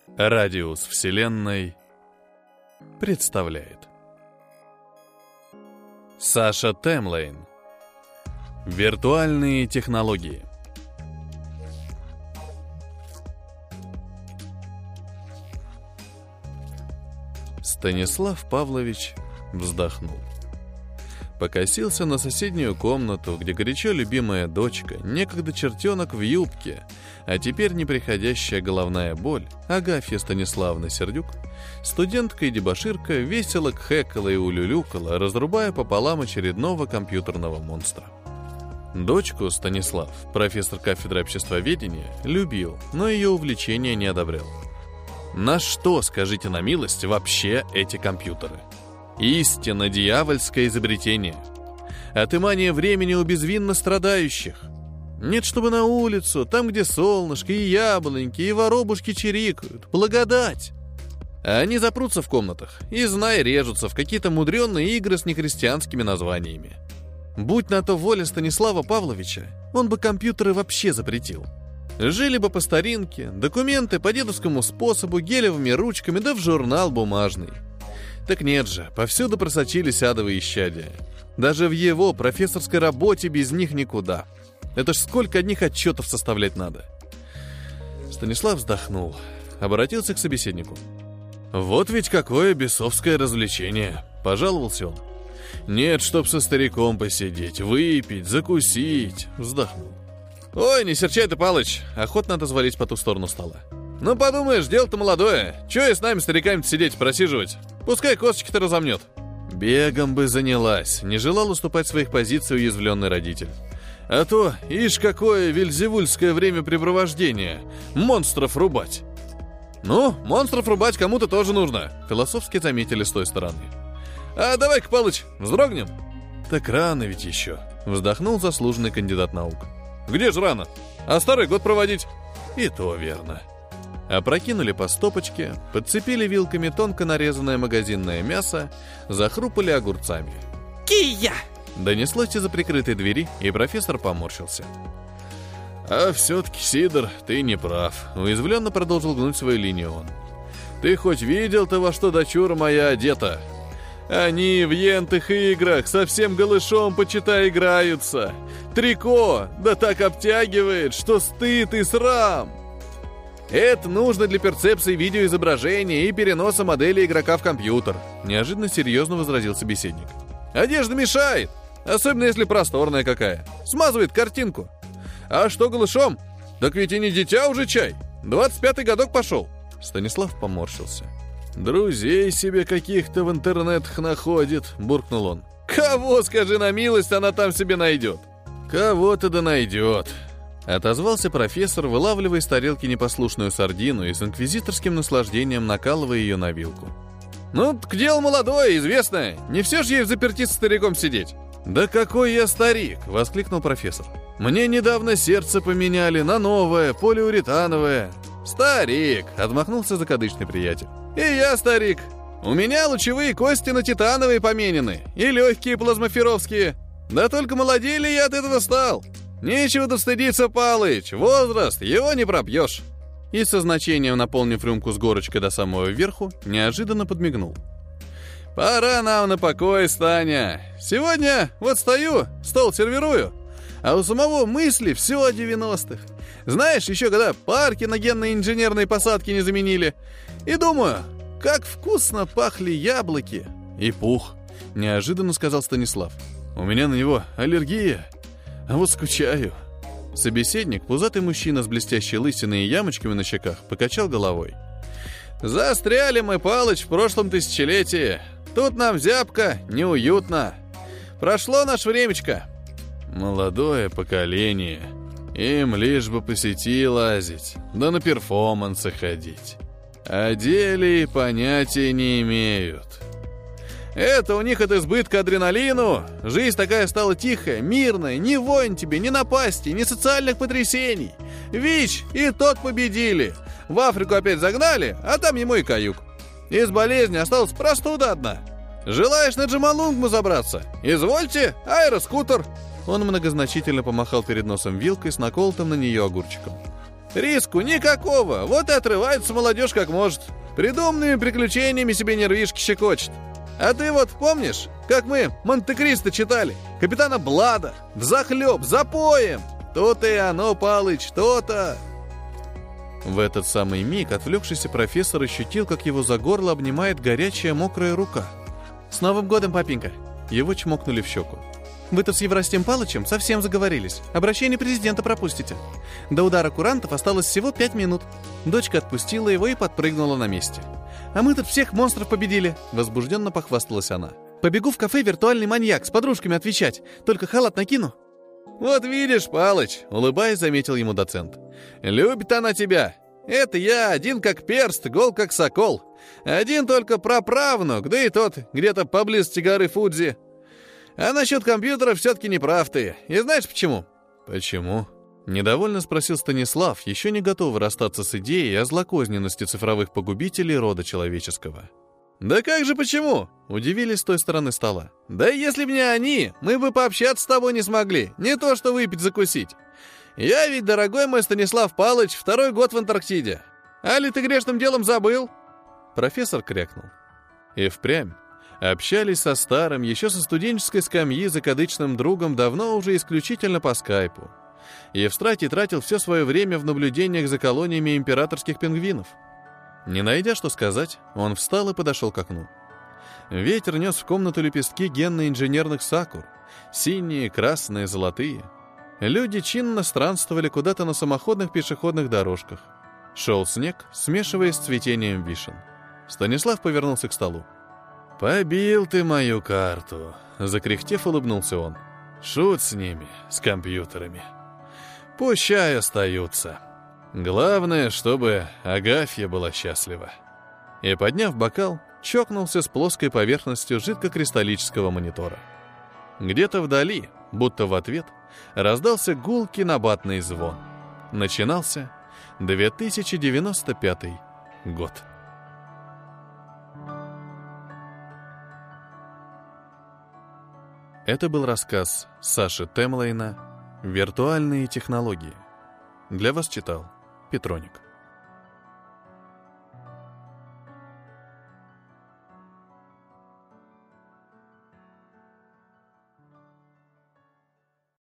Радиус Вселенной представляет Саша Темлейн. Виртуальные технологии. Станислав Павлович вздохнул. Покосился на соседнюю комнату, где горячо любимая дочка, некогда чертенок в юбке, а теперь неприходящая головная боль, Агафья Станиславна Сердюк, студентка и дебоширка, весело кхекала и улюлюкала, разрубая пополам очередного компьютерного монстра. Дочку Станислав, профессор кафедры обществоведения, любил, но ее увлечение не одобрял. На что, скажите на милость, вообще эти компьютеры? Истинно дьявольское изобретение. Отымание времени у безвинно страдающих. Нет, чтобы на улицу, там, где солнышко, и яблоньки, и воробушки чирикают. Благодать! А они запрутся в комнатах и, знай, режутся в какие-то мудреные игры с нехристианскими названиями. Будь на то воля Станислава Павловича, он бы компьютеры вообще запретил. Жили бы по старинке, документы по дедовскому способу, гелевыми ручками, да в журнал бумажный. Так нет же, повсюду просочились адовые исчадия. Даже в его профессорской работе без них никуда. Это ж сколько одних отчетов составлять надо. Станислав вздохнул, обратился к собеседнику. «Вот ведь какое бесовское развлечение!» — пожаловался он. «Нет, чтоб со стариком посидеть, выпить, закусить!» — вздохнул. «Ой, не серчай ты, Палыч!» — охотно отозвались по ту сторону стола. «Ну, подумаешь, дело-то молодое. Чего и с нами, стариками сидеть, просиживать? Пускай косточки-то разомнет». Бегом бы занялась, не желал уступать своих позиций уязвленный родитель. А то, ишь, какое вельзевульское времяпрепровождение. Монстров рубать. «Ну, монстров рубать кому-то тоже нужно», — философски заметили с той стороны. «А давай-ка, Палыч, вздрогнем». «Так рано ведь еще», — вздохнул заслуженный кандидат наук. «Где же рано? А старый год проводить?» «И то верно». Опрокинули по стопочке, подцепили вилками тонко нарезанное магазинное мясо, захрупали огурцами. «Кия!» Донеслось из-за прикрытой двери, и профессор поморщился. «А все-таки, Сидор, ты не прав», — уязвленно продолжил гнуть свою линию он. «Ты хоть видел-то, во что дочура моя одета? Они в ентых играх совсем голышом, почитай, играются. Трико, да так обтягивает, что стыд и срам. Это нужно для перцепции видеоизображения и переноса модели игрока в компьютер», — неожиданно серьезно возразил собеседник. «Одежда мешает, особенно если просторная какая. Смазывает картинку. А что голышом? Так ведь и не дитя уже чай. 25-й годок пошел». Станислав поморщился. «Друзей себе каких-то в интернетах находит», — буркнул он. «Кого, скажи на милость, она там себе найдет?» «Кого-то да найдет», — отозвался профессор, вылавливая из тарелки непослушную сардину и с инквизиторским наслаждением накалывая ее на вилку. «Ну, к делу молодое, известное. Не все ж ей взаперти со стариком сидеть». «Да какой я старик!» — воскликнул профессор. «Мне недавно сердце поменяли на новое, полиуретановое». «Старик!» — отмахнулся закадычный приятель. «И я старик. У меня лучевые кости на титановые поменены, и легкие плазмоферовские. Да только молодее ли я от этого стал? Нечего тут стыдиться, Палыч, возраст, его не пропьешь». И со значением, наполнив рюмку с горочкой до самого верху, неожиданно подмигнул. «Пора нам на покой, Станя. Сегодня вот стою, стол сервирую, а у самого мысли все о 90-х. Знаешь, еще когда парки на генной инженерной посадке не заменили. И думаю, как вкусно пахли яблоки». «И пух», — неожиданно сказал Станислав. «У меня на него аллергия, а вот скучаю». Собеседник, пузатый мужчина с блестящей лысиной и ямочками на щеках, покачал головой. «Застряли мы, Палыч, в прошлом тысячелетии. Тут нам зябко, неуютно. Прошло наше времечко». «Молодое поколение. Им лишь бы по сети лазить, да на перформансы ходить. О деле и понятия не имеют». «Это у них от избытка адреналину. Жизнь такая стала тихая, мирная, ни войн тебе, ни напасти, ни социальных потрясений. ВИЧ и тот победили. В Африку опять загнали, а там ему и каюк. Из болезни осталась простуда одна. Желаешь на Джомолунгму забраться? Извольте, аэроскутер». Он многозначительно помахал перед носом вилкой с наколотым на нее огурчиком. Риску никакого, вот и отрывается молодежь как может. Придуманными приключениями себе нервишки щекочет. А ты вот помнишь, как мы Монте-Кристо читали? Капитана Блада, взахлеб, запоем. То-то и оно, Палыч, то-то. В этот самый миг отвлекшийся профессор ощутил, как его за горло обнимает горячая мокрая рука. «С Новым годом, папенька!» Его чмокнули в щеку. «Вы-то с Еврастием Палычем совсем заговорились. Обращение президента пропустите. До удара курантов осталось всего 5 минут». Дочка отпустила его и подпрыгнула на месте. «А мы тут всех монстров победили!» Возбужденно похвасталась она. «Побегу в кафе «Виртуальный маньяк» с подружками отвечать. Только халат накину». «Вот видишь, Палыч», — улыбаясь, заметил ему доцент. «Любит она тебя. Это я, один как перст, гол как сокол. Один только праправнук, да и тот где-то поблизости горы Фудзи. А насчет компьютера все-таки не прав ты. И знаешь почему?» «Почему?» — недовольно спросил Станислав, еще не готовый расстаться с идеей о злокозненности цифровых погубителей рода человеческого. «Да как же почему?» — удивились с той стороны стола. «Да если б не они, мы бы пообщаться с тобой не смогли, не то что выпить-закусить. Я ведь, дорогой мой Станислав Палыч, 2-й год в Антарктиде. Али ты грешным делом забыл?» Профессор крякнул. И впрямь общались со старым, еще со студенческой скамьи закадычным другом давно уже исключительно по скайпу. Евстратий тратил все свое время в наблюдениях за колониями императорских пингвинов. Не найдя, что сказать, он встал и подошел к окну. Ветер нес в комнату лепестки генно-инженерных сакур, синие, красные, золотые. Люди чинно странствовали куда-то на самоходных пешеходных дорожках. Шел снег, смешиваясь с цветением вишен. Станислав повернулся к столу. «Побил ты мою карту», — закряхтев, улыбнулся он. «Шут с ними, с компьютерами. Пущай остаются. Главное, чтобы Агафья была счастлива». И, подняв бокал, чокнулся с плоской поверхностью жидкокристаллического монитора. Где-то вдали, будто в ответ, раздался гулкий набатный звон. Начинался 2095 год. Это был рассказ Саши Темлейна «Виртуальные технологии». Для вас читал Петроник.